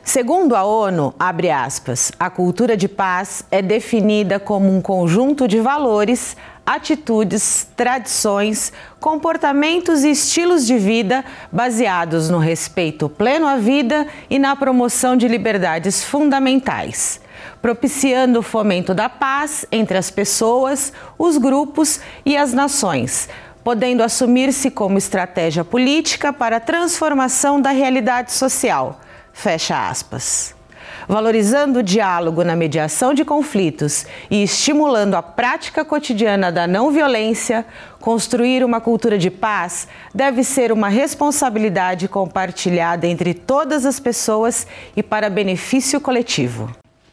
Segundo a ONU, abre aspas, a cultura de paz é definida como um conjunto de valores, atitudes, tradições, comportamentos e estilos de vida baseados no respeito pleno à vida e na promoção de liberdades fundamentais, propiciando o fomento da paz entre as pessoas, os grupos e as nações, podendo assumir-se como estratégia política para a transformação da realidade social. Fecha aspas. Valorizando o diálogo na mediação de conflitos e estimulando a prática cotidiana da não violência, construir uma cultura de paz deve ser uma responsabilidade compartilhada entre todas as pessoas e para benefício coletivo.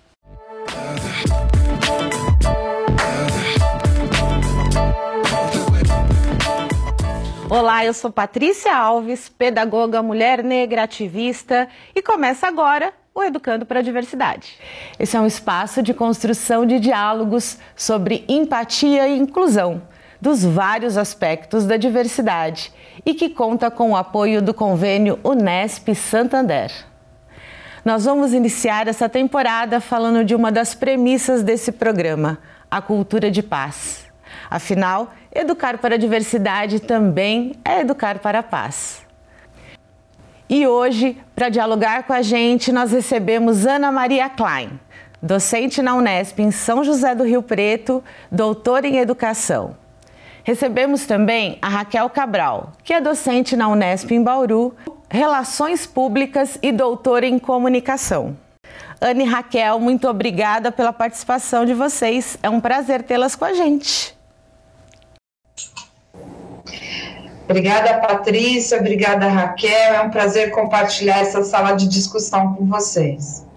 Olá, eu sou Patrícia Alves, pedagoga, mulher negra, ativista, e começa agora o Educando para a Diversidade. Esse é um espaço de construção de diálogos sobre empatia e inclusão dos vários aspectos da diversidade e que conta com o apoio do convênio Unesp Santander. Nós vamos iniciar essa temporada falando de uma das premissas desse programa, a cultura de paz. Afinal, educar para a diversidade também é educar para a paz. E hoje, para dialogar com a gente, nós recebemos Ana Maria Klein, docente na Unesp em São José do Rio Preto, doutora em educação. Recebemos também a Raquel Cabral, que é docente na Unesp em Bauru, Relações Públicas e doutora em comunicação. Ana e Raquel, muito obrigada pela participação de vocês. É um prazer tê-las com a gente. Obrigada, Patrícia, obrigada, Raquel. É um prazer compartilhar essa sala de discussão com vocês.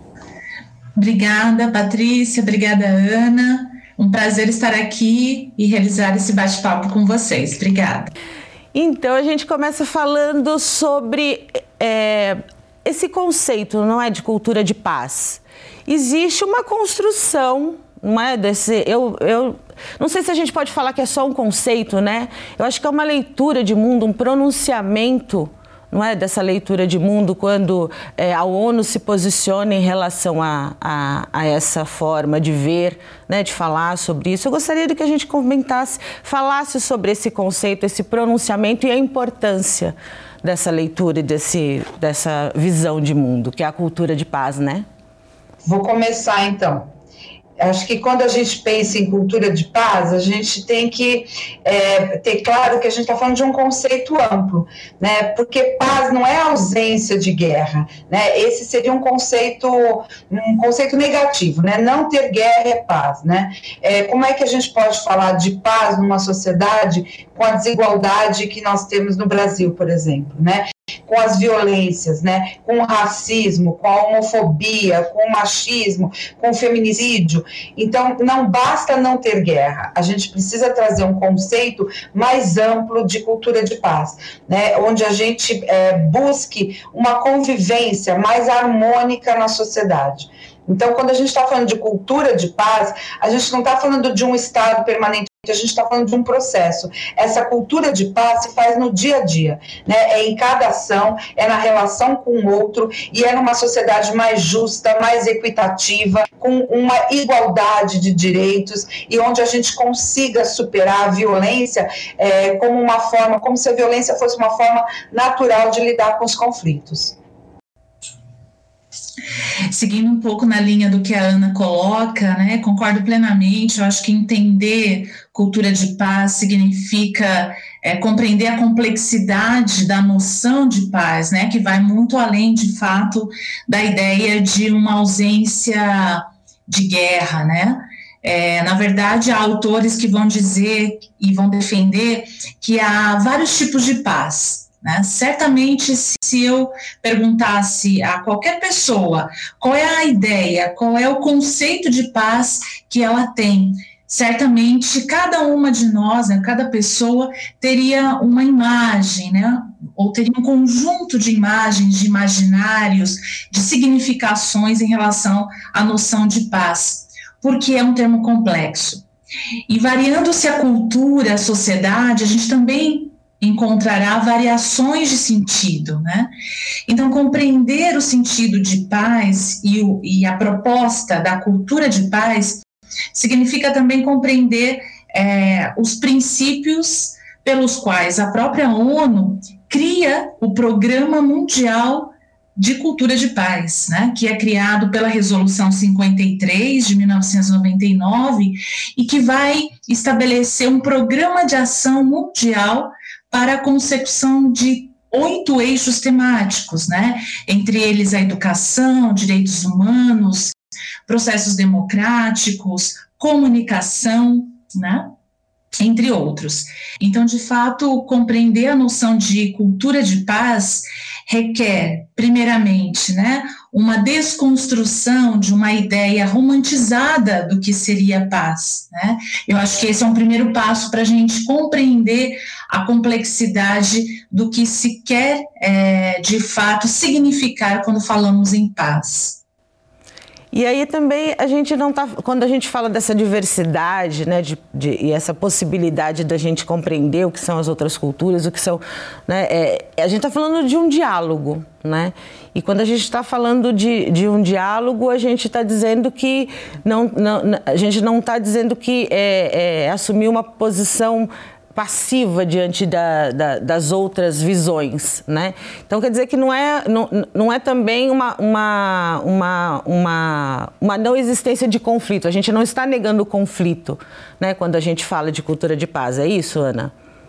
Obrigada, Patrícia, obrigada, Ana. Um prazer estar aqui e realizar esse bate-papo com vocês. Obrigada. Então, a gente começa falando sobre esse conceito, não é, de cultura de paz. Existe uma construção, não é, eu não sei se a gente pode falar que é só um conceito, né? Eu acho que é uma leitura de mundo, um pronunciamento, não é, dessa leitura de mundo quando a ONU se posiciona em relação a essa forma de ver, né, de falar sobre isso. Eu gostaria de que a gente comentasse, falasse sobre esse conceito, esse pronunciamento e a importância dessa leitura e dessa visão de mundo, que é a cultura de paz, né? Vou começar, então. Acho que quando a gente pensa em cultura de paz, a gente tem que ter claro que a gente está falando de um conceito amplo, né? Porque paz não é ausência de guerra, né? Esse seria um conceito negativo, né? Não ter guerra é paz, né? Como é que a gente pode falar de paz numa sociedade com a desigualdade que nós temos no Brasil, por exemplo, né? Com as violências, né, com o racismo, com a homofobia, com o machismo, com o feminicídio. Então, não basta não ter guerra, a gente precisa trazer um conceito mais amplo de cultura de paz, né, onde a gente busque uma convivência mais harmônica na sociedade. Então, quando a gente está falando de cultura de paz, a gente não está falando de um estado permanente, a gente está falando de um processo. Essa cultura de paz se faz no dia a dia, né? É em cada ação, é na relação com o outro e é numa sociedade mais justa, mais equitativa, com uma igualdade de direitos e onde a gente consiga superar a violência como uma forma, como se a violência fosse uma forma natural de lidar com os conflitos. Seguindo um pouco na linha do que a Ana coloca, né, concordo plenamente. Eu acho que entender cultura de paz significa compreender a complexidade da noção de paz, né, que vai muito além, de fato, da ideia de uma ausência de guerra, né? Na verdade, há autores que vão dizer e vão defender que há vários tipos de paz, né? Certamente, se eu perguntasse a qualquer pessoa qual é a ideia, qual é o conceito de paz que ela tem, certamente cada uma de nós, né, cada pessoa teria uma imagem, né, ou teria um conjunto de imagens, de imaginários, de significações em relação à noção de paz, porque é um termo complexo. E variando-se a cultura, a sociedade, a gente também encontrará variações de sentido, né? Então, compreender o sentido de paz e a proposta da cultura de paz significa também compreender os princípios pelos quais a própria ONU cria o Programa Mundial de Cultura de Paz, né, que é criado pela Resolução 53 de 1999 e que vai estabelecer um programa de ação mundial para a consecução de 8 eixos temáticos, né, entre eles a educação, direitos humanos, processos democráticos, comunicação, né, entre outros. Então, de fato, compreender a noção de cultura de paz requer, primeiramente, né, uma desconstrução de uma ideia romantizada do que seria paz, né? Eu acho que esse é um primeiro passo para a gente compreender a complexidade do que se quer, de fato, significar quando falamos em paz. E aí também a gente não está, quando a gente fala dessa diversidade, né, e essa possibilidade da gente compreender o que são as outras culturas, o que são, né, a gente está falando de um diálogo, né? E quando a gente está falando de um diálogo, a gente está dizendo que a gente não está dizendo que assumir uma posição passiva diante das outras visões, né? Então quer dizer que não é também uma não existência de conflito. A gente não está negando o conflito, né? Quando a gente fala de cultura de paz, é isso, Ana?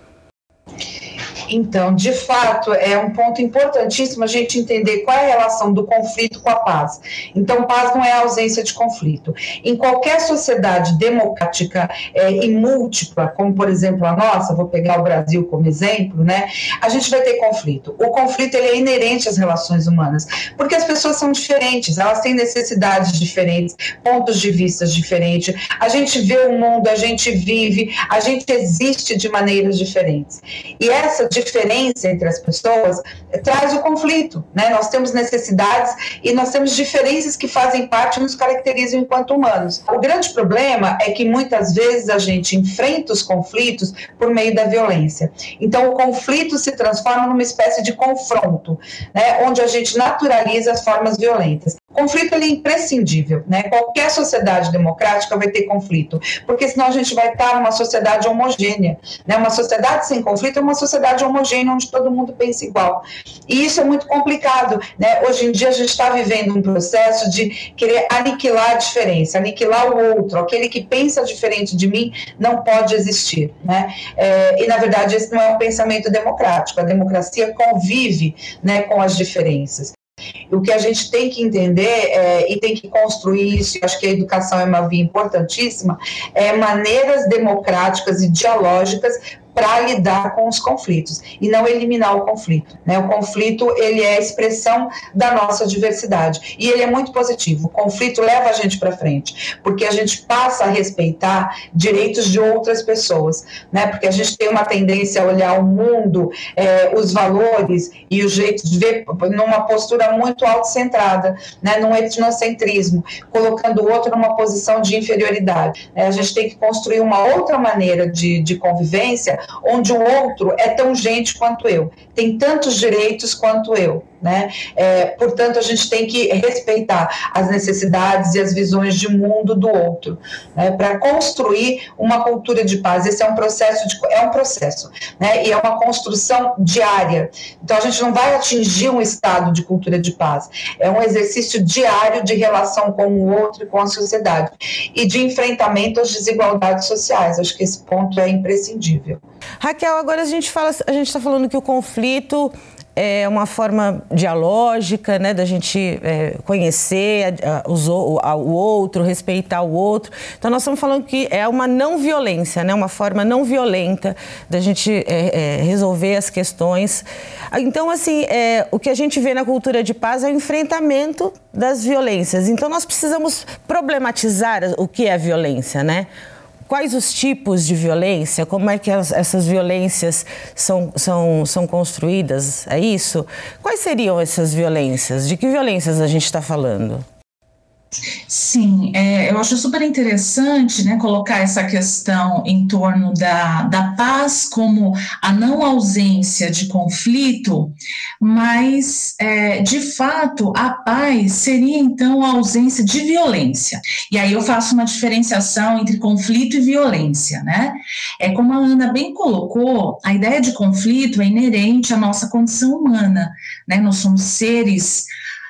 Então, de fato, é um ponto importantíssimo a gente entender qual é a relação do conflito com a paz. Então, paz não é a ausência de conflito. Em qualquer sociedade democrática e múltipla, como, por exemplo, a nossa, vou pegar o Brasil como exemplo, né, a gente vai ter conflito. O conflito ele é inerente às relações humanas, porque as pessoas são diferentes, elas têm necessidades diferentes, pontos de vista diferentes, a gente vê o mundo, a gente vive, a gente existe de maneiras diferentes. E essa diferença entre as pessoas traz o conflito, né? Nós temos necessidades e nós temos diferenças que fazem parte e nos caracterizam enquanto humanos. O grande problema é que muitas vezes a gente enfrenta os conflitos por meio da violência. Então o conflito se transforma numa espécie de confronto, né? Onde a gente naturaliza as formas violentas. O conflito ele é imprescindível, né? Qualquer sociedade democrática vai ter conflito, porque senão a gente vai estar numa sociedade homogênea, né? Uma sociedade sem conflito é uma sociedade homogênea onde todo mundo pensa igual. E isso é muito complicado, né? Hoje em dia a gente está vivendo um processo de querer aniquilar a diferença, aniquilar o outro, aquele que pensa diferente de mim não pode existir, né? E na verdade esse não é um pensamento democrático, a democracia convive, né, com as diferenças. O que a gente tem que entender e tem que construir isso, acho que a educação é uma via importantíssima, maneiras democráticas e dialógicas para lidar com os conflitos e não eliminar o conflito, né? O conflito ele é a expressão da nossa diversidade e ele é muito positivo. O conflito leva a gente para frente, porque a gente passa a respeitar direitos de outras pessoas, né? Porque a gente tem uma tendência a olhar o mundo, os valores e o jeito de ver numa postura muito autocentrada, né? Num etnocentrismo, colocando o outro numa posição de inferioridade, né? A gente tem que construir uma outra maneira de convivência onde o outro é tão gente quanto eu, tem tantos direitos quanto eu, né? Portanto, a gente tem que respeitar as necessidades e as visões de mundo do outro, né? Para construir uma cultura de paz. Esse é um processo, né? E é uma construção diária. Então, a gente não vai atingir um estado de cultura de paz. É um exercício diário de relação com o outro e com a sociedade e de enfrentamento às desigualdades sociais. Acho que esse ponto é imprescindível. Raquel, agora a gente está falando que o conflito é uma forma dialógica, né, da gente conhecer o outro, respeitar o outro. Então, nós estamos falando que é uma não violência, né, uma forma não violenta da gente resolver as questões. Então, assim, o que a gente vê na cultura de paz é o enfrentamento das violências. Então, nós precisamos problematizar o que é violência, né? Quais os tipos de violência? Como é que essas violências são construídas? É isso? Quais seriam essas violências? De que violências a gente está falando? Sim, eu acho super interessante, né, colocar essa questão em torno da paz como a não ausência de conflito, mas, de fato, a paz seria, então, a ausência de violência. E aí eu faço uma diferenciação entre conflito e violência, né? Como a Ana bem colocou, a ideia de conflito é inerente à nossa condição humana, né? Nós somos seres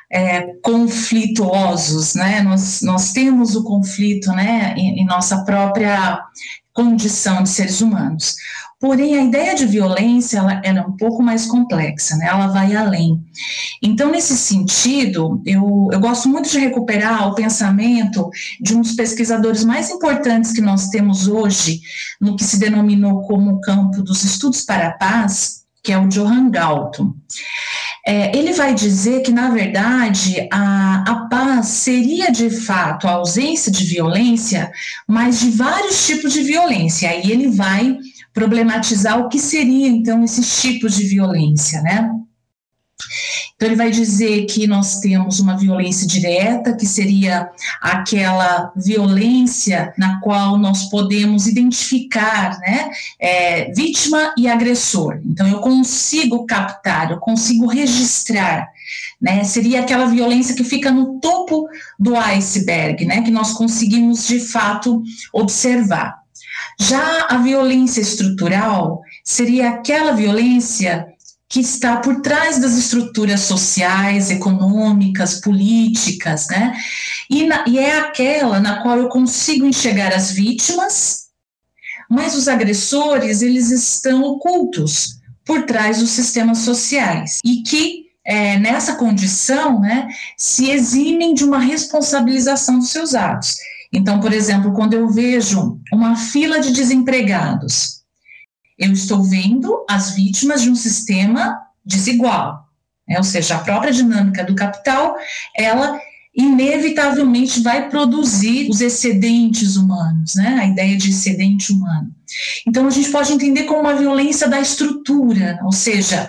conflituosos, né? Nós temos o conflito, né, em nossa própria condição de seres humanos. Porém, a ideia de violência ela é um pouco mais complexa, né? Ela vai além. Então, nesse sentido, eu gosto muito de recuperar o pensamento de um dos pesquisadores mais importantes que nós temos hoje, no que se denominou como o campo dos estudos para a paz, que é o Johann Galton. Ele vai dizer que, na verdade, a paz seria, de fato, a ausência de violência, mas de vários tipos de violência. Aí ele vai problematizar o que seria, então, esses tipos de violência, né? Então, ele vai dizer que nós temos uma violência direta, que seria aquela violência na qual nós podemos identificar, né, vítima e agressor. Então, eu consigo captar, eu consigo registrar, né, seria aquela violência que fica no topo do iceberg, né, que nós conseguimos, de fato, observar. Já a violência estrutural seria aquela violência que está por trás das estruturas sociais, econômicas, políticas, né? E é aquela na qual eu consigo enxergar as vítimas, mas os agressores, eles estão ocultos por trás dos sistemas sociais e que, nessa condição, né, se eximem de uma responsabilização dos seus atos. Então, por exemplo, quando eu vejo uma fila de desempregados, eu estou vendo as vítimas de um sistema desigual, né? Ou seja, a própria dinâmica do capital, ela inevitavelmente vai produzir os excedentes humanos, né? A ideia de excedente humano. Então, a gente pode entender como uma violência da estrutura, ou seja,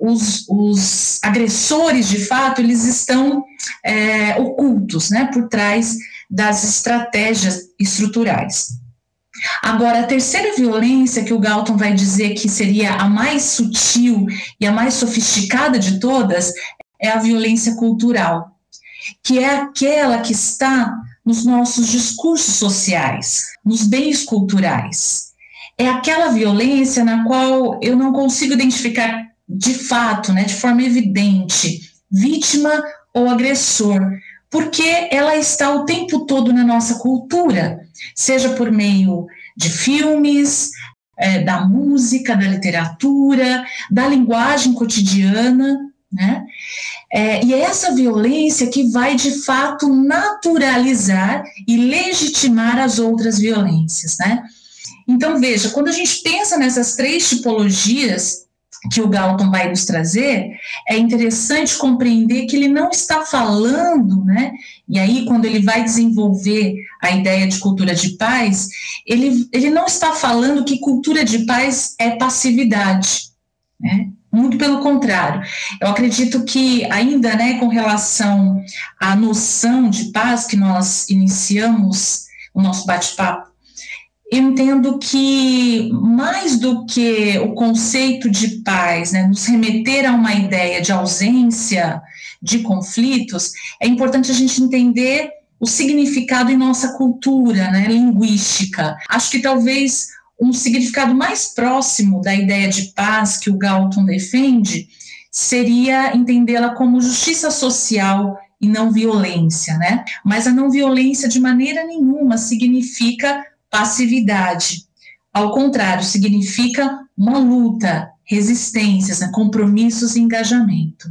os agressores, de fato, eles estão ocultos, né? Por trás das estratégias estruturais. Agora, a terceira violência que o Galton vai dizer que seria a mais sutil e a mais sofisticada de todas é a violência cultural, que é aquela que está nos nossos discursos sociais, nos bens culturais. É aquela violência na qual eu não consigo identificar de fato, né, de forma evidente, vítima ou agressor, porque ela está o tempo todo na nossa cultura, seja por meio de filmes, da música, da literatura, da linguagem cotidiana, né? E é essa violência que vai, de fato, naturalizar e legitimar as outras violências, né? Então, veja, quando a gente pensa nessas três tipologias que o Galton vai nos trazer, é interessante compreender que ele não está falando, né? E aí, quando ele vai desenvolver a ideia de cultura de paz, ele não está falando que cultura de paz é passividade, né? Muito pelo contrário. Eu acredito que ainda, né, com relação à noção de paz que nós iniciamos o nosso bate-papo, eu entendo que, mais do que o conceito de paz, né, nos remeter a uma ideia de ausência de conflitos, é importante a gente entender o significado em nossa cultura, né, linguística. Acho que talvez um significado mais próximo da ideia de paz que o Galton defende seria entendê-la como justiça social e não violência, né? Mas a não violência de maneira nenhuma significa passividade. Ao contrário, significa uma luta, resistências, né, compromissos e engajamento.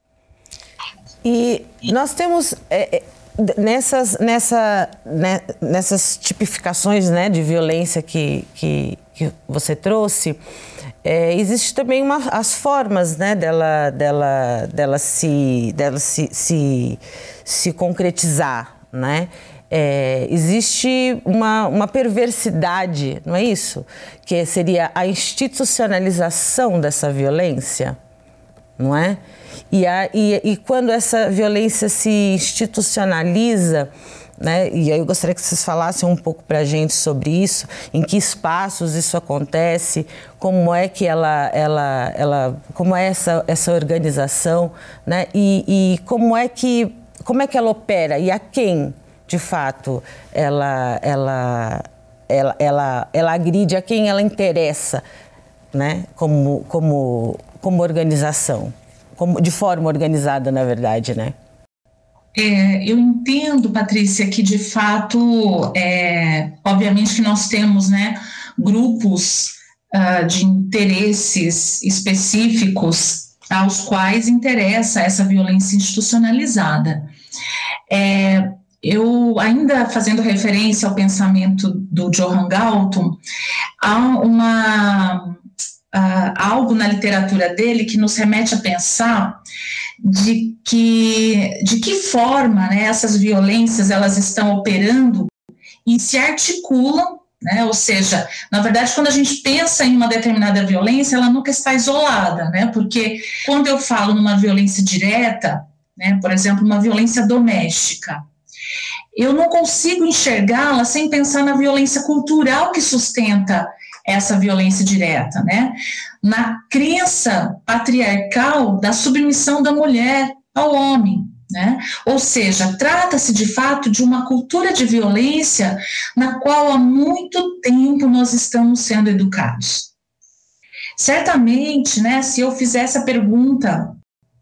E nós temos nessas tipificações, né, de violência que você trouxe, existe também as formas, né, dela se concretizar, né? Existe uma perversidade, não é isso? Que seria a institucionalização dessa violência? não é? E quando essa violência se institucionaliza, né? E aí eu gostaria que vocês falassem um pouco para a gente sobre isso, em que espaços isso acontece, como é que como é essa organização, né? E como é que ela opera e a quem, de fato, ela agride, a quem ela interessa, né? Como organização, de forma organizada, na verdade, né? Eu entendo, Patrícia, que de fato, obviamente que nós temos, né, grupos de interesses específicos aos quais interessa essa violência institucionalizada. Eu, ainda fazendo referência ao pensamento do Johann Galtung, há algo na literatura dele que nos remete a pensar de que forma, né, essas violências elas estão operando e se articulam, né, ou seja, na verdade, quando a gente pensa em uma determinada violência, ela nunca está isolada, né, porque quando eu falo numa violência direta, né, por exemplo, uma violência doméstica, eu não consigo enxergá-la sem pensar na violência cultural que sustenta essa violência direta, né? Na crença patriarcal da submissão da mulher ao homem, né? Ou seja, trata-se de fato de uma cultura de violência na qual há muito tempo nós estamos sendo educados. Certamente, né, se eu fizesse a pergunta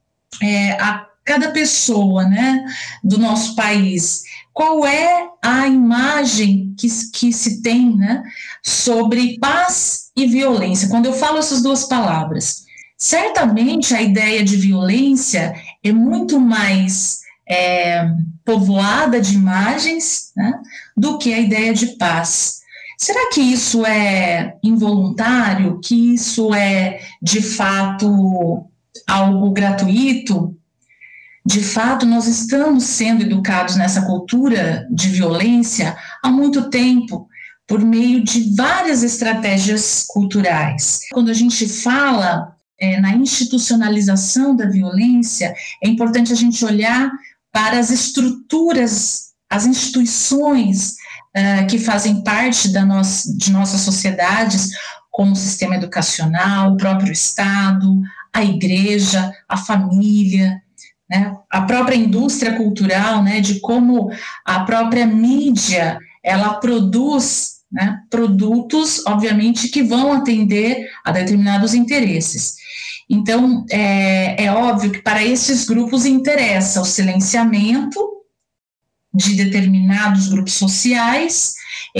a cada pessoa, né, do nosso país, qual é a imagem que se tem, né, sobre paz e violência? Quando eu falo essas duas palavras, certamente a ideia de violência é muito mais povoada de imagens, né, do que a ideia de paz. Será que isso é involuntário? Que isso é, de fato, algo gratuito? De fato, nós estamos sendo educados nessa cultura de violência há muito tempo, por meio de várias estratégias culturais. Quando a gente fala na institucionalização da violência, é importante a gente olhar para as estruturas, as instituições que fazem parte de nossas sociedades, como o sistema educacional, o próprio Estado, a igreja, a família, né, a própria indústria cultural, né, de como a própria mídia, ela produz, né, produtos, obviamente, que vão atender a determinados interesses. Então, é óbvio que para esses grupos interessa o silenciamento de determinados grupos sociais,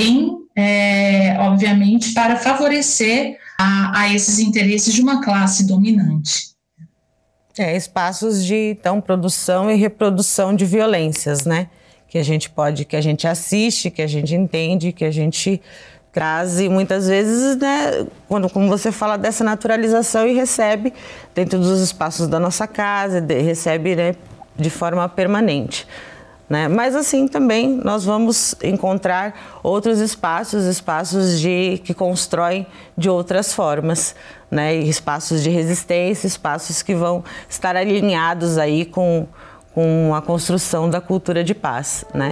obviamente, para favorecer a esses interesses de uma classe dominante. Espaços de, então, produção e reprodução de violências, né? Que a gente assiste, que a gente entende, que a gente traz e muitas vezes, né, como você fala dessa naturalização e recebe dentro dos espaços da nossa casa, recebe, né, de forma permanente. Né? Mas assim também nós vamos encontrar outros espaços que constroem de outras formas, né? E espaços de resistência, espaços que vão estar alinhados aí com a construção da cultura de paz, né?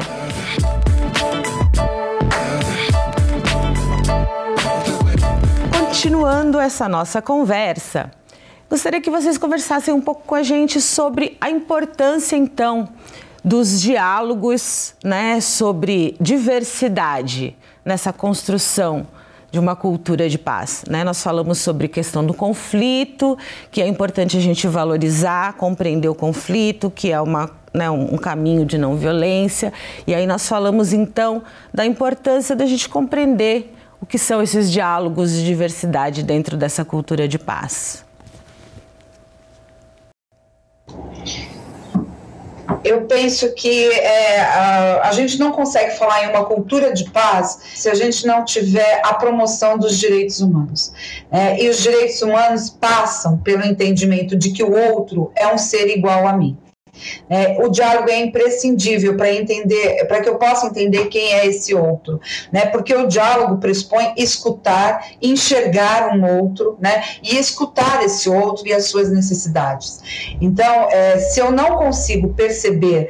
Continuando essa nossa conversa, gostaria que vocês conversassem um pouco com a gente sobre a importância, então, dos diálogos, né, sobre diversidade nessa construção de uma cultura de paz, né? Nós falamos sobre questão do conflito, que é importante a gente valorizar, compreender o conflito, que é um caminho de não violência. E aí nós falamos, então, da importância da gente compreender o que são esses diálogos de diversidade dentro dessa cultura de paz. Eu penso que a gente não consegue falar em uma cultura de paz se a gente não tiver a promoção dos direitos humanos. E os direitos humanos passam pelo entendimento de que o outro é um ser igual a mim. O diálogo é imprescindível para que eu possa entender quem é esse outro, né? Porque o diálogo pressupõe escutar, enxergar um outro, né? E escutar esse outro e as suas necessidades. Então, se eu não consigo perceber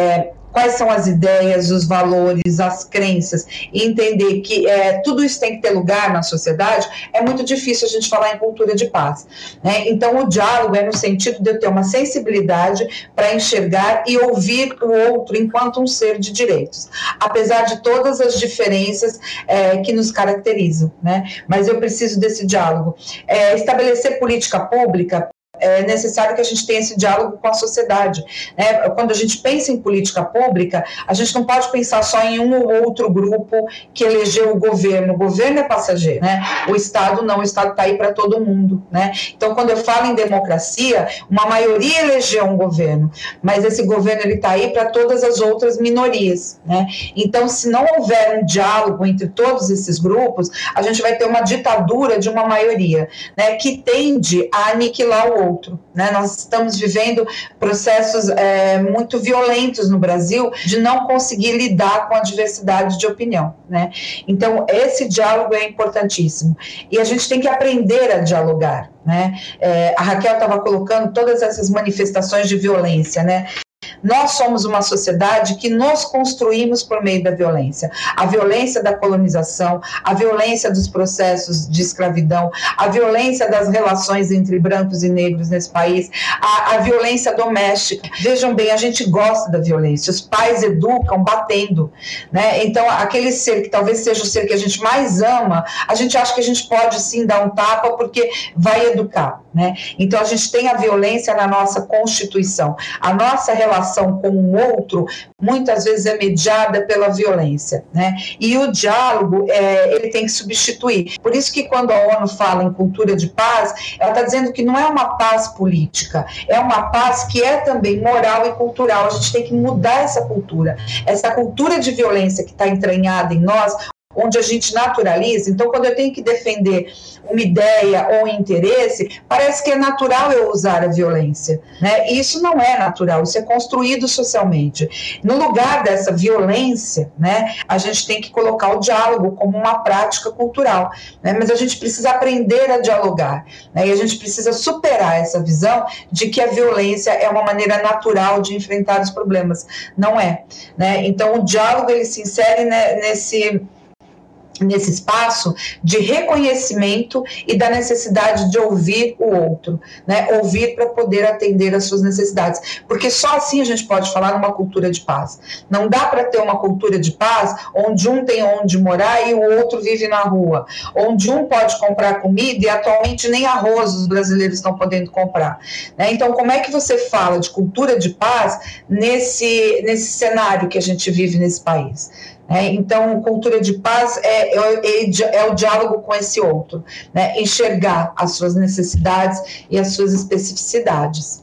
quais são as ideias, os valores, as crenças, e entender que tudo isso tem que ter lugar na sociedade, é muito difícil a gente falar em cultura de paz, né? Então, o diálogo é no sentido de eu ter uma sensibilidade para enxergar e ouvir o outro enquanto um ser de direitos, apesar de todas as diferenças que nos caracterizam, né? Mas eu preciso desse diálogo. Estabelecer política pública, é necessário que a gente tenha esse diálogo com a sociedade, né? Quando a gente pensa em política pública, a gente não pode pensar só em um ou outro grupo que elegeu o governo é passageiro, né? O Estado não, o Estado está aí para todo mundo, né? Então, quando eu falo em democracia, uma maioria elegeu um governo, mas esse governo está aí para todas as outras minorias, né? Então, se não houver um diálogo entre todos esses grupos, a gente vai ter uma ditadura de uma maioria, né? Que tende a aniquilar o outro, né? Nós estamos vivendo processos muito violentos no Brasil de não conseguir lidar com a diversidade de opinião, né? Então, esse diálogo é importantíssimo e a gente tem que aprender a dialogar, né? A Raquel estava colocando todas essas manifestações de violência, né? Nós somos uma sociedade que nos construímos por meio da violência. A violência da colonização, a violência dos processos de escravidão, a violência das relações entre brancos e negros nesse país, a violência doméstica. Vejam bem, a gente gosta da violência, os pais educam batendo, né? Então, aquele ser que talvez seja o ser que a gente mais ama, a gente acha que a gente pode sim dar um tapa porque vai educar, né? Então, a gente tem a violência na nossa Constituição. A nossa relação com o outro, muitas vezes é mediada pela violência, né? E o diálogo, ele tem que substituir. Por isso que quando a ONU fala em cultura de paz, ela está dizendo que não é uma paz política, é uma paz que é também moral e cultural. A gente tem que mudar essa cultura de violência que está entranhada em nós, onde a gente naturaliza. Então, quando eu tenho que defender uma ideia ou um interesse, parece que é natural eu usar a violência, né? E isso não é natural, isso é construído socialmente. No lugar dessa violência, né, a gente tem que colocar o diálogo como uma prática cultural, né? Mas a gente precisa aprender a dialogar, né? E a gente precisa superar essa visão de que a violência é uma maneira natural de enfrentar os problemas. Não é, né? Então, o diálogo, ele se insere, né, nesse espaço de reconhecimento e da necessidade de ouvir o outro, né? Ouvir para poder atender às suas necessidades, porque só assim a gente pode falar numa cultura de paz. Não dá para ter uma cultura de paz onde um tem onde morar e o outro vive na rua, onde um pode comprar comida e atualmente nem arroz os brasileiros estão podendo comprar, né? Então, como é que você fala de cultura de paz nesse cenário que a gente vive nesse país? Então, cultura de paz é o diálogo com esse outro, né? Enxergar as suas necessidades e as suas especificidades.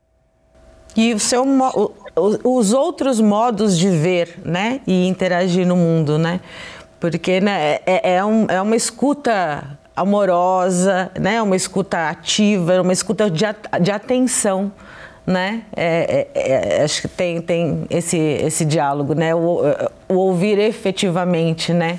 E os outros modos de ver, né? E interagir no mundo, né? Porque, né, é uma escuta amorosa, né? Uma escuta ativa, uma escuta de atenção, né? Acho que tem esse diálogo, né? O ouvir efetivamente, né?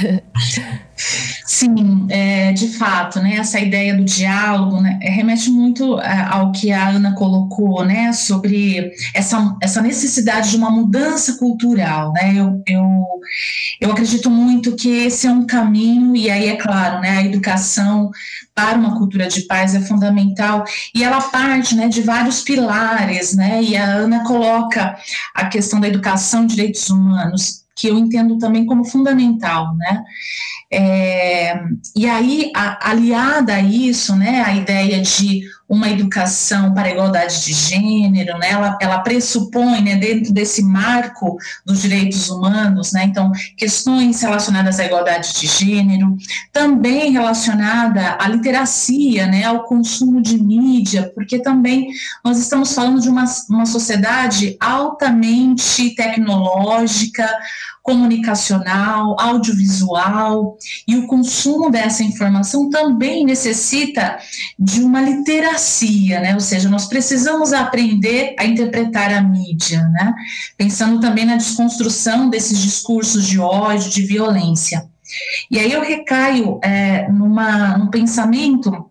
Sim, de fato, né? Essa ideia do diálogo, né, remete muito ao que a Ana colocou, né? Sobre essa necessidade de uma mudança cultural, né? Eu acredito muito que esse é um caminho, e aí é claro, né? A educação para uma cultura de paz é fundamental, e ela parte, né, de vários pilares, né? E a Ana coloca a questão da educação de direitos humanos, que eu entendo também como fundamental, né? E aí, aliada a isso, né, a ideia de uma educação para a igualdade de gênero, né, ela pressupõe, né, dentro desse marco dos direitos humanos, né, então, questões relacionadas à igualdade de gênero, também relacionada à literacia, né, ao consumo de mídia, porque também nós estamos falando de uma sociedade altamente tecnológica, comunicacional, audiovisual, e o consumo dessa informação também necessita de uma literacia democracia, né? Ou seja, nós precisamos aprender a interpretar a mídia, né? Pensando também na desconstrução desses discursos de ódio, de violência. E aí eu recaio num pensamento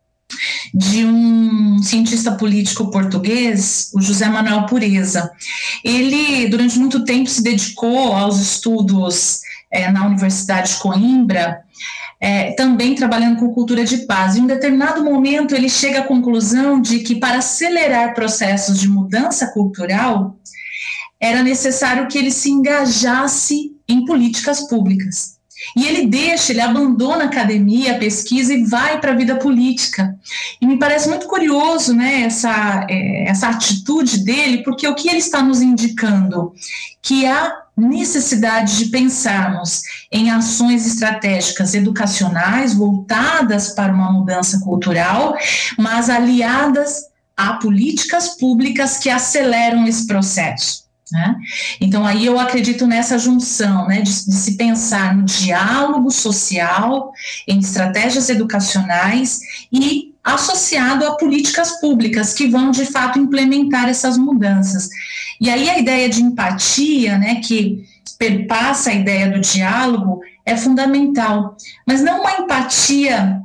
de um cientista político português, o José Manuel Pureza. Ele, durante muito tempo, se dedicou aos estudos na Universidade de Coimbra, também trabalhando com cultura de paz. Em um determinado momento, ele chega à conclusão de que, para acelerar processos de mudança cultural, era necessário que ele se engajasse em políticas públicas. E ele abandona a academia, a pesquisa e vai para a vida política. E me parece muito curioso, né, essa atitude dele, porque o que ele está nos indicando? Que há necessidade de pensarmos em ações estratégicas educacionais voltadas para uma mudança cultural, mas aliadas a políticas públicas que aceleram esse processo. Né? Então, aí eu acredito nessa junção, né, de se pensar no diálogo social, em estratégias educacionais e associado a políticas públicas que vão, de fato, implementar essas mudanças. E aí a ideia de empatia, né, que perpassa a ideia do diálogo, é fundamental, mas não uma empatia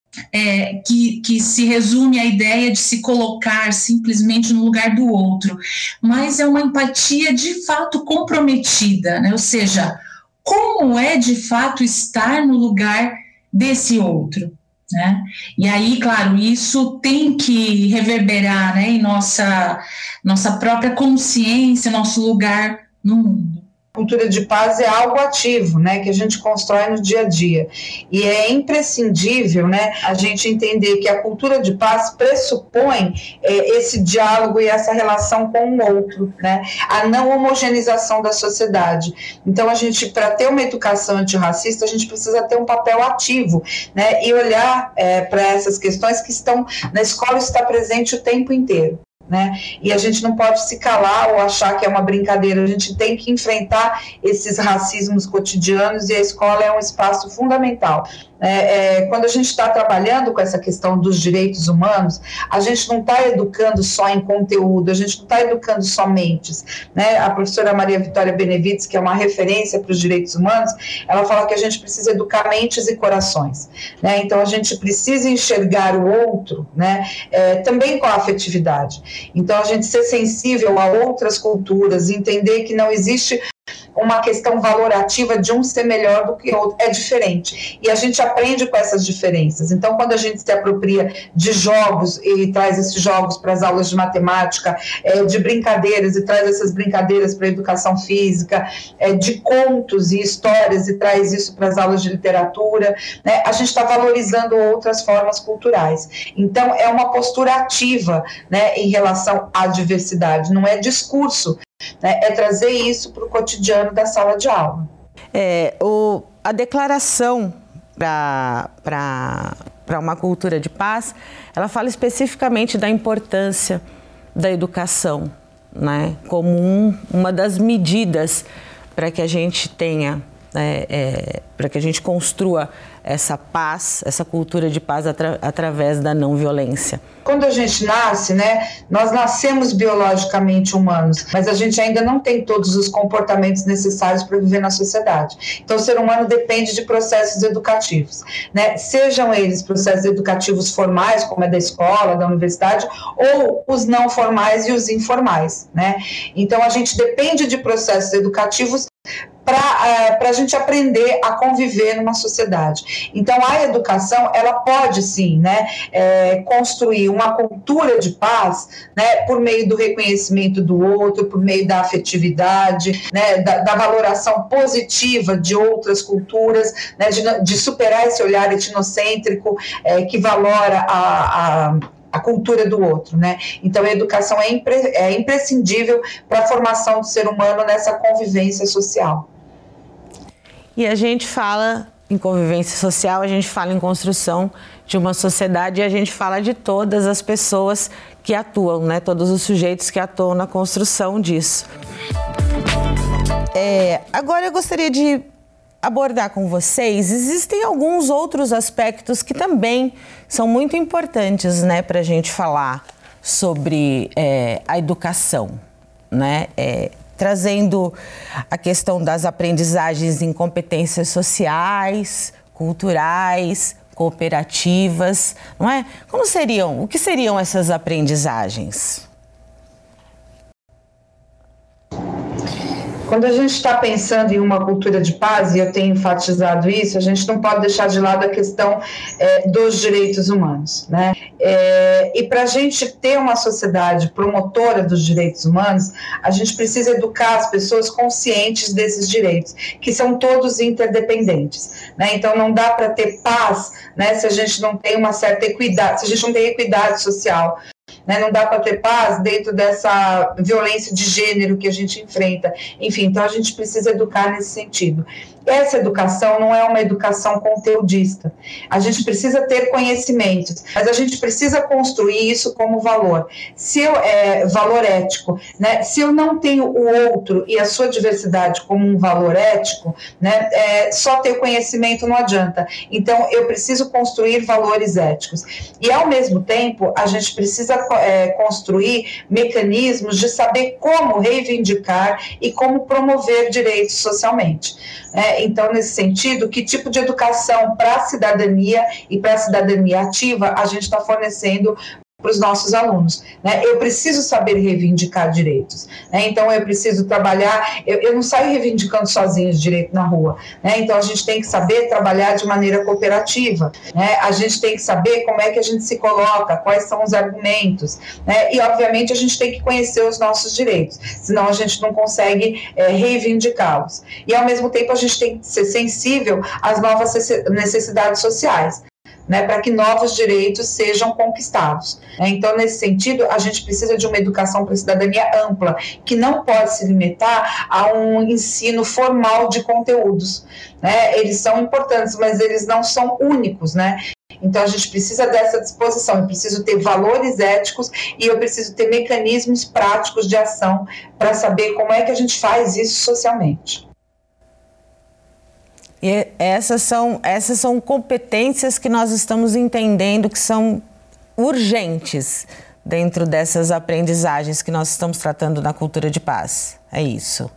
que se resume à ideia de se colocar simplesmente no lugar do outro, mas é uma empatia de fato comprometida, né? Ou seja, como é de fato estar no lugar desse outro, né? E aí, claro, isso tem que reverberar, né, em nossa própria consciência, nosso lugar no mundo. Cultura de paz é algo ativo, né, que a gente constrói no dia a dia, e é imprescindível, né, a gente entender que a cultura de paz pressupõe esse diálogo e essa relação com o outro, né, a não homogeneização da sociedade. Então a gente, para ter uma educação antirracista, a gente precisa ter um papel ativo, né, e olhar para essas questões que estão na escola, está presente o tempo inteiro. Né? E a gente não pode se calar ou achar que é uma brincadeira, a gente tem que enfrentar esses racismos cotidianos, e a escola é um espaço fundamental. Quando a gente está trabalhando com essa questão dos direitos humanos, a gente não está educando só em conteúdo, a gente não está educando só mentes, né? A professora Maria Vitória Benevides, que é uma referência para os direitos humanos, ela fala que a gente precisa educar mentes e corações, né? Então a gente precisa enxergar o outro, né? Também com a afetividade. Então a gente ser sensível a outras culturas, entender que não existe uma questão valorativa de um ser melhor do que o outro, é diferente, e a gente aprende com essas diferenças. Então, quando a gente se apropria de jogos e traz esses jogos para as aulas de matemática, de brincadeiras e traz essas brincadeiras para a educação física, de contos e histórias e traz isso para as aulas de literatura, né, a gente está valorizando outras formas culturais. Então, é uma postura ativa, né, em relação à diversidade, não é discurso, né, é trazer isso para o cotidiano da sala de aula. A declaração para uma cultura de paz, ela fala especificamente da importância da educação, né, como uma das medidas para que a gente tenha, para que a gente construa essa paz, essa cultura de paz através da não violência. Quando a gente nasce, né, nós nascemos biologicamente humanos, mas a gente ainda não tem todos os comportamentos necessários para viver na sociedade. Então o ser humano depende de processos educativos, né, sejam eles processos educativos formais, como é da escola, da universidade, ou os não formais e os informais, né. Então a gente depende de processos educativos para a gente aprender a conviver numa sociedade. Então, a educação, ela pode, sim, né, construir uma cultura de paz, né, por meio do reconhecimento do outro, por meio da afetividade, né, da valoração positiva de outras culturas, né, de superar esse olhar etnocêntrico que valora a cultura do outro, né? Então a educação é imprescindível para a formação do ser humano nessa convivência social. E a gente fala em convivência social, a gente fala em construção de uma sociedade, e a gente fala de todas as pessoas que atuam, né? Todos os sujeitos que atuam na construção disso. Agora eu gostaria de abordar com vocês, existem alguns outros aspectos que também são muito importantes, né, para a gente falar sobre a educação, né? Trazendo a questão das aprendizagens em competências sociais, culturais, cooperativas, não é? O que seriam essas aprendizagens? Quando a gente está pensando em uma cultura de paz, e eu tenho enfatizado isso, a gente não pode deixar de lado a questão dos direitos humanos, né? E para a gente ter uma sociedade promotora dos direitos humanos, a gente precisa educar as pessoas conscientes desses direitos, que são todos interdependentes, né? Então não dá para ter paz, né, se a gente não tem uma certa equidade, se a gente não tem equidade social. Não dá para ter paz dentro dessa violência de gênero que a gente enfrenta. Enfim, então a gente precisa educar nesse sentido. Essa educação não é uma educação conteudista. A gente precisa ter conhecimentos, mas a gente precisa construir isso como valor. Valor ético, né? Se eu não tenho o outro e a sua diversidade como um valor ético, né, só ter o conhecimento não adianta. Então, eu preciso construir valores éticos. E, ao mesmo tempo, a gente precisa construir mecanismos de saber como reivindicar e como promover direitos socialmente. Então, nesse sentido, que tipo de educação para a cidadania e para a cidadania ativa a gente está fornecendo para os nossos alunos, né? Eu preciso saber reivindicar direitos, né? Então eu preciso trabalhar, eu não saio reivindicando sozinho os direitos na rua, né? Então a gente tem que saber trabalhar de maneira cooperativa, né? A gente tem que saber como é que a gente se coloca, quais são os argumentos, né? E obviamente a gente tem que conhecer os nossos direitos, senão a gente não consegue reivindicá-los. E ao mesmo tempo a gente tem que ser sensível às novas necessidades sociais, né, para que novos direitos sejam conquistados. Então, nesse sentido, a gente precisa de uma educação para a cidadania ampla, que não pode se limitar a um ensino formal de conteúdos, né? Eles são importantes, mas eles não são únicos, né? Então, a gente precisa dessa disposição, eu preciso ter valores éticos e eu preciso ter mecanismos práticos de ação para saber como é que a gente faz isso socialmente. E essas são competências que nós estamos entendendo que são urgentes dentro dessas aprendizagens que nós estamos tratando na cultura de paz. É isso.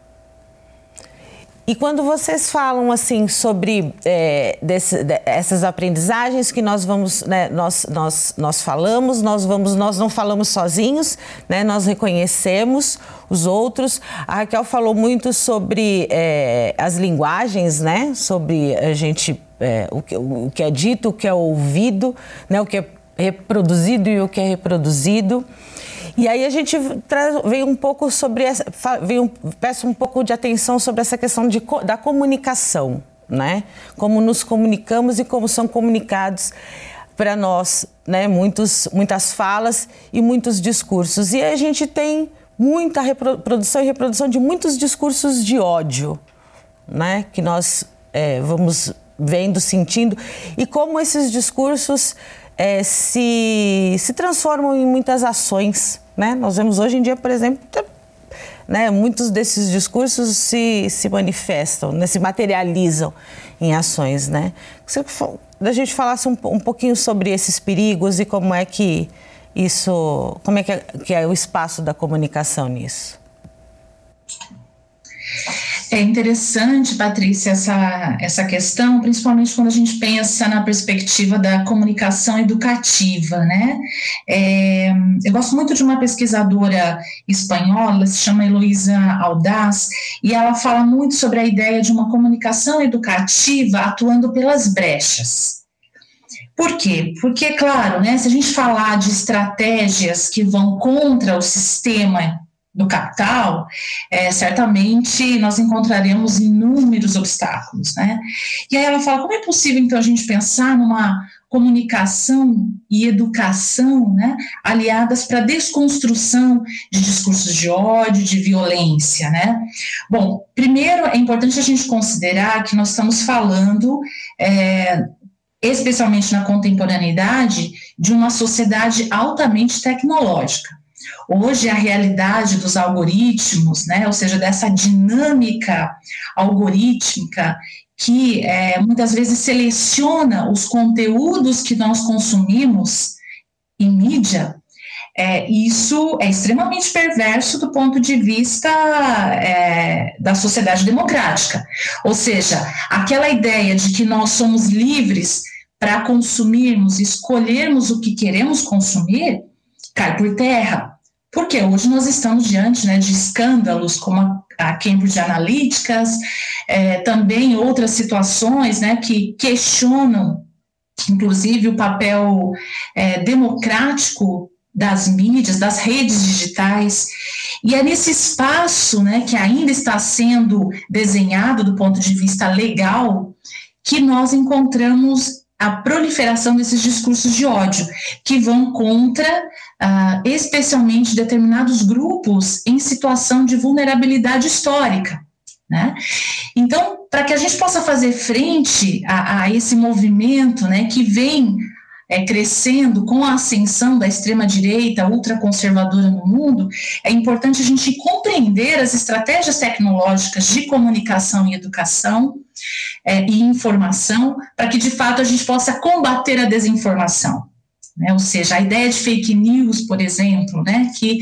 E quando vocês falam assim sobre essas aprendizagens que nós vamos, né, nós falamos, nós não falamos sozinhos, né, nós reconhecemos os outros. A Raquel falou muito sobre as linguagens, né, sobre a gente o que é dito, o que é ouvido, né, o que é reproduzido e o que é reproduzido. E aí a gente veio um pouco sobre peço um pouco de atenção sobre essa questão da comunicação, né? Como nos comunicamos e como são comunicados para nós, né? Muitas falas e muitos discursos. E a gente tem muita reprodução e reprodução de muitos discursos de ódio, né? Que nós vamos vendo, sentindo, e como esses discursos se transformam em muitas ações, né? Nós vemos hoje em dia, por exemplo, né, muitos desses discursos se manifestam, né, se materializam em ações, né? Se a gente falasse um pouquinho sobre esses perigos e como é que é o espaço da comunicação nisso. É interessante, Patrícia, essa questão, principalmente quando a gente pensa na perspectiva da comunicação educativa, né? Eu gosto muito de uma pesquisadora espanhola, se chama Heloísa Aldaz, e ela fala muito sobre a ideia de uma comunicação educativa atuando pelas brechas. Por quê? Porque, claro, né, se a gente falar de estratégias que vão contra o sistema do capital, certamente nós encontraremos inúmeros obstáculos, né? E aí ela fala, como é possível, então, a gente pensar numa comunicação e educação, né, aliadas para a desconstrução de discursos de ódio, de violência, né? Bom, primeiro é importante a gente considerar que nós estamos falando, especialmente na contemporaneidade, de uma sociedade altamente tecnológica. Hoje, a realidade dos algoritmos, né, ou seja, dessa dinâmica algorítmica que muitas vezes seleciona os conteúdos que nós consumimos em mídia, isso é extremamente perverso do ponto de vista da sociedade democrática. Ou seja, aquela ideia de que nós somos livres para consumirmos, escolhermos o que queremos consumir, cai por terra. Porque hoje nós estamos diante, né, de escândalos como a Cambridge Analytica, também outras situações, né, que questionam, inclusive, o papel democrático das mídias, das redes digitais, e é nesse espaço, né, que ainda está sendo desenhado do ponto de vista legal, que nós encontramos a proliferação desses discursos de ódio, que vão contra, especialmente, determinados grupos em situação de vulnerabilidade histórica, né? Então, para que a gente possa fazer frente a esse movimento, né, que vem crescendo com a ascensão da extrema-direita ultraconservadora no mundo, é importante a gente compreender as estratégias tecnológicas de comunicação e educação e informação, para que, de fato, a gente possa combater a desinformação. Né? Ou seja, a ideia de fake news, por exemplo, né, que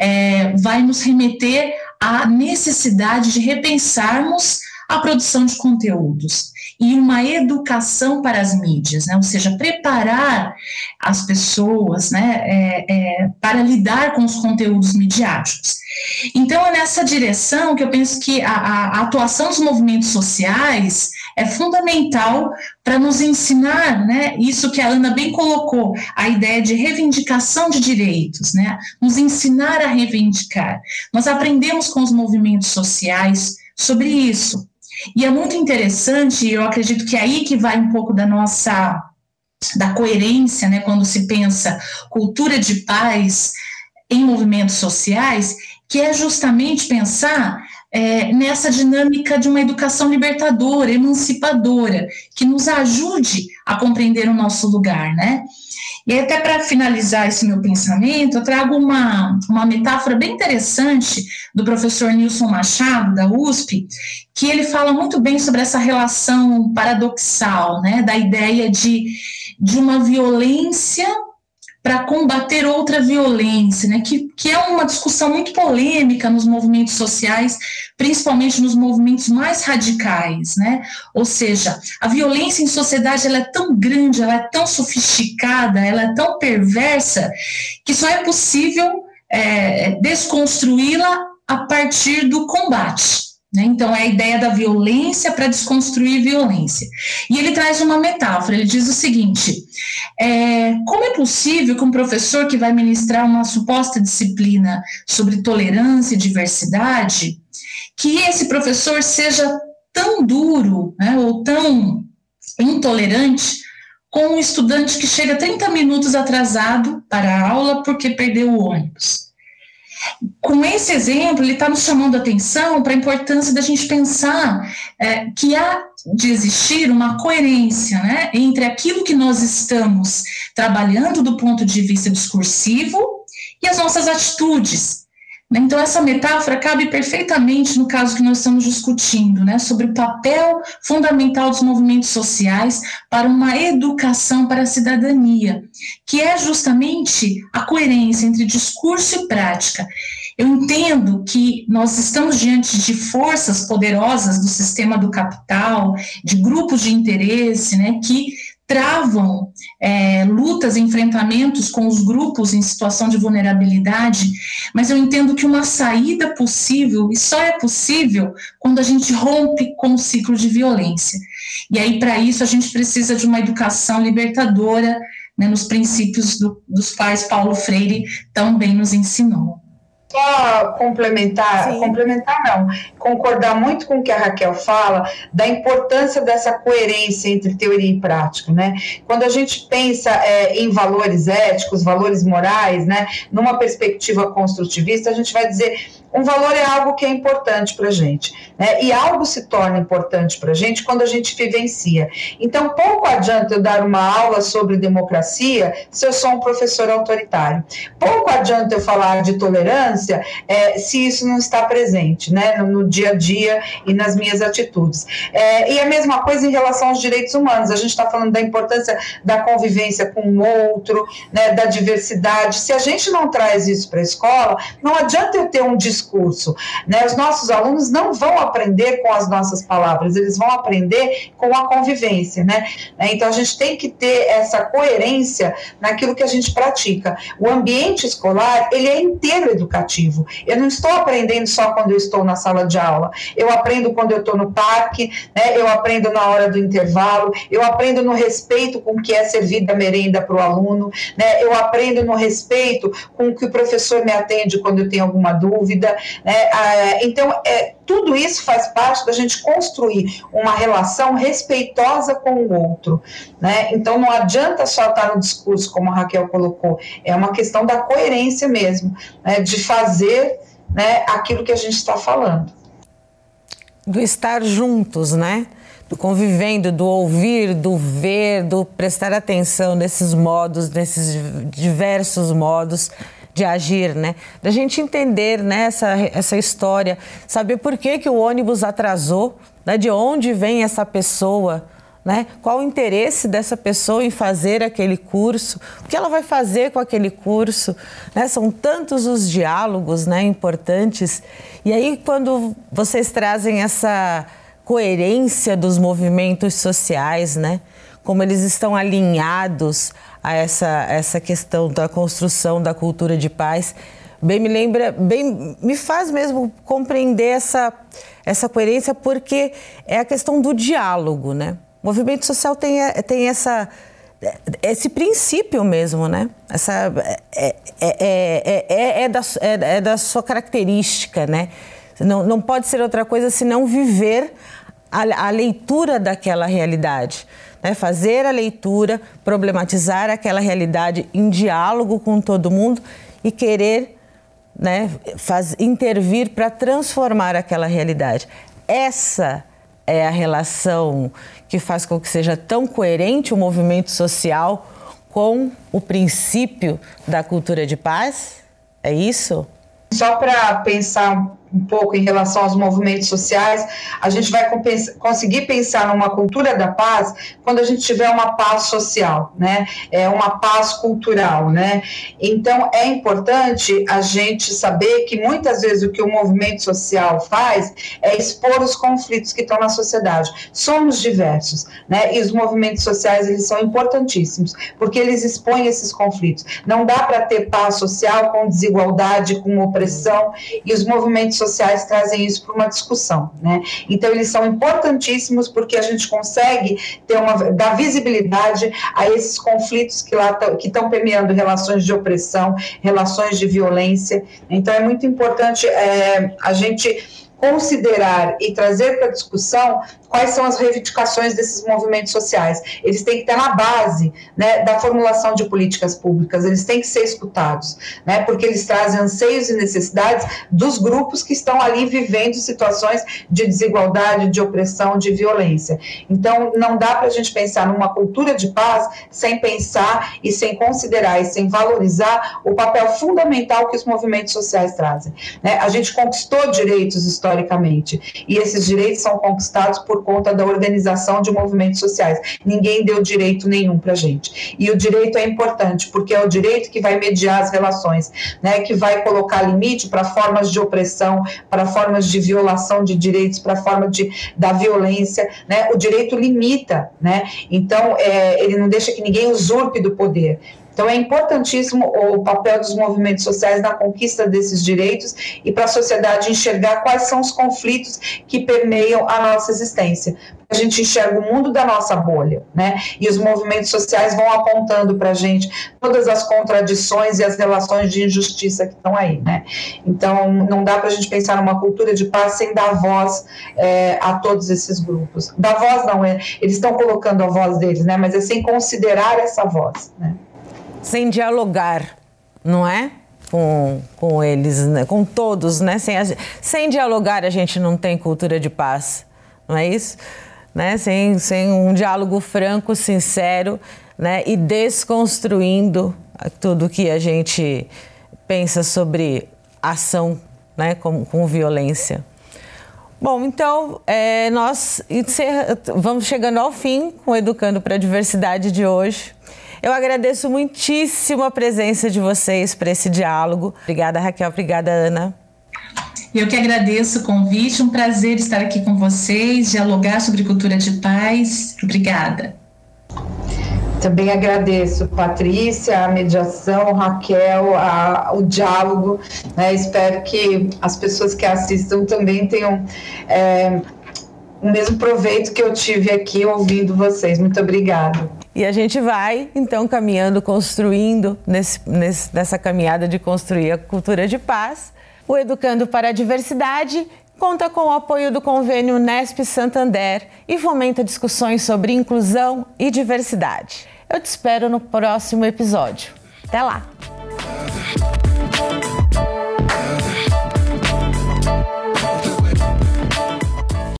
vai nos remeter à necessidade de repensarmos a produção de conteúdos e uma educação para as mídias, né? Ou seja, preparar as pessoas, né, para lidar com os conteúdos midiáticos. Então, é nessa direção que eu penso que a atuação dos movimentos sociais é fundamental para nos ensinar, né, isso que a Ana bem colocou, a ideia de reivindicação de direitos, né, nos ensinar a reivindicar. Nós aprendemos com os movimentos sociais sobre isso. E é muito interessante, eu acredito que é aí que vai um pouco da coerência, né, quando se pensa cultura de paz em movimentos sociais, que é justamente pensar nessa dinâmica de uma educação libertadora, emancipadora, que nos ajude a compreender o nosso lugar, né? E até para finalizar esse meu pensamento, eu trago uma metáfora bem interessante do professor Nilson Machado, da USP, que ele fala muito bem sobre essa relação paradoxal, né, da ideia de uma violência para combater outra violência, né, que é uma discussão muito polêmica nos movimentos sociais, principalmente nos movimentos mais radicais, né, ou seja, a violência em sociedade ela é tão grande, ela é tão sofisticada, ela é tão perversa, que só é possível desconstruí-la a partir do combate. Então, é a ideia da violência para desconstruir violência. E ele traz uma metáfora, ele diz o seguinte, como é possível que um professor que vai ministrar uma suposta disciplina sobre tolerância e diversidade, que esse professor seja tão duro, né, ou tão intolerante com um estudante que chega 30 minutos atrasado para a aula porque perdeu o ônibus? Com esse exemplo, ele está nos chamando a atenção para a importância da gente pensar que há de existir uma coerência, né, entre aquilo que nós estamos trabalhando do ponto de vista discursivo e as nossas atitudes. Então, essa metáfora cabe perfeitamente no caso que nós estamos discutindo, né, sobre o papel fundamental dos movimentos sociais para uma educação para a cidadania, que é justamente a coerência entre discurso e prática. Eu entendo que nós estamos diante de forças poderosas do sistema do capital, de grupos de interesse, né, que travam lutas, enfrentamentos com os grupos em situação de vulnerabilidade, mas eu entendo que uma saída possível, e só é possível quando a gente rompe com o ciclo de violência. E aí, para isso, a gente precisa de uma educação libertadora, né, nos princípios dos quais Paulo Freire tão bem nos ensinou. Só complementar não, concordar muito com o que a Raquel fala, da importância dessa coerência entre teoria e prática, né? Quando a gente pensa em valores éticos, valores morais, né, numa perspectiva construtivista, a gente vai dizer Um valor é algo que é importante para a gente, né? E algo se torna importante para a gente quando a gente vivencia. Então, pouco adianta eu dar uma aula sobre democracia se eu sou um professor autoritário. Pouco adianta eu falar de tolerância se isso não está presente, né? No dia a dia e nas minhas atitudes. E a mesma coisa em relação aos direitos humanos. A gente está falando da importância da convivência com o outro, né? Da diversidade. Se a gente não traz isso para a escola, não adianta eu ter um discurso, né? Os nossos alunos não vão aprender com as nossas palavras, eles vão aprender com a convivência, né? Então a gente tem que ter essa coerência naquilo que a gente pratica. O ambiente escolar, ele é inteiro educativo. Eu não estou aprendendo só quando eu estou na sala de aula, eu aprendo quando eu estou no parque, né? Eu aprendo na hora do intervalo, eu aprendo no respeito com o que é servida a merenda para o aluno, né? Eu aprendo no respeito com o que o professor me atende quando eu tenho alguma dúvida, né? Então, tudo isso faz parte da gente construir uma relação respeitosa com o outro, né? Então, não adianta só estar no discurso, como a Raquel colocou, é uma questão da coerência mesmo, né? De fazer, né, aquilo que a gente está falando. Do estar juntos, né? Do convivendo, do ouvir, do ver, do prestar atenção nesses modos, nesses diversos modos de agir, né? Da gente entender, né, essa história, saber por que o ônibus atrasou, né? De onde vem essa pessoa, né? Qual o interesse dessa pessoa em fazer aquele curso, o que ela vai fazer com aquele curso, né? São tantos os diálogos, né, importantes. E aí, quando vocês trazem essa coerência dos movimentos sociais, né? Como eles estão alinhados a essa questão da construção da cultura de paz, me faz mesmo compreender essa coerência, porque é a questão do diálogo, né? O movimento social tem esse princípio mesmo, né? É da sua característica, né? Não pode ser outra coisa senão viver a leitura daquela realidade, né? Fazer a leitura, problematizar aquela realidade em diálogo com todo mundo e querer, né, intervir para transformar aquela realidade. Essa é a relação que faz com que seja tão coerente o movimento social com o princípio da cultura de paz? É isso? Só para pensar um pouco em relação aos movimentos sociais, a gente vai conseguir pensar numa cultura da paz quando a gente tiver uma paz social, né? Uma paz cultural, né? Então, é importante a gente saber que muitas vezes o que o movimento social faz é expor os conflitos que estão na sociedade. Somos diversos, né? E os movimentos sociais, eles são importantíssimos, porque eles expõem esses conflitos. Não dá para ter paz social com desigualdade, com opressão, e os movimentos sociais trazem isso para uma discussão, né? Então, eles são importantíssimos porque a gente consegue dar visibilidade a esses conflitos que estão permeando relações de opressão, relações de violência. Então, é muito importante a gente considerar e trazer para a discussão quais são as reivindicações desses movimentos sociais. Eles têm que estar na base, né, da formulação de políticas públicas, eles têm que ser escutados, né, porque eles trazem anseios e necessidades dos grupos que estão ali vivendo situações de desigualdade, de opressão, de violência. Então, não dá para a gente pensar numa cultura de paz sem pensar e sem considerar e sem valorizar o papel fundamental que os movimentos sociais trazem, né? A gente conquistou direitos historicamente, e esses direitos são conquistados por conta da organização de movimentos sociais. Ninguém deu direito nenhum para a gente. E o direito é importante, porque é o direito que vai mediar as relações, né, que vai colocar limite para formas de opressão, para formas de violação de direitos, para a forma da violência, né? O direito limita, né? Então, ele não deixa que ninguém usurpe do poder. Então, é importantíssimo o papel dos movimentos sociais na conquista desses direitos e para a sociedade enxergar quais são os conflitos que permeiam a nossa existência. A gente enxerga o mundo da nossa bolha, né? E os movimentos sociais vão apontando para a gente todas as contradições e as relações de injustiça que estão aí, né? Então, não dá para a gente pensar numa cultura de paz sem dar voz a todos esses grupos. Dar voz não, eles estão colocando a voz deles, né? Mas é sem considerar essa voz, né? Sem dialogar, não é? com eles, né? Com todos, né? Sem dialogar a gente não tem cultura de paz, não é isso? Né? Sem um diálogo franco, sincero, né? E desconstruindo tudo que a gente pensa sobre ação, né? com violência. Bom, então, nós vamos chegando ao fim com o Educando para a Diversidade de hoje. Eu agradeço muitíssimo a presença de vocês para esse diálogo. Obrigada, Raquel. Obrigada, Ana. Eu que agradeço o convite. Um prazer estar aqui com vocês, dialogar sobre cultura de paz. Obrigada. Também agradeço, Patrícia, a mediação, Raquel, o diálogo, né? Espero que as pessoas que assistam também tenham o mesmo proveito que eu tive aqui ouvindo vocês. Muito obrigada. E a gente vai, então, caminhando, construindo, nessa caminhada de construir a cultura de paz. O Educando para a Diversidade conta com o apoio do convênio Unesp Santander e fomenta discussões sobre inclusão e diversidade. Eu te espero no próximo episódio. Até lá!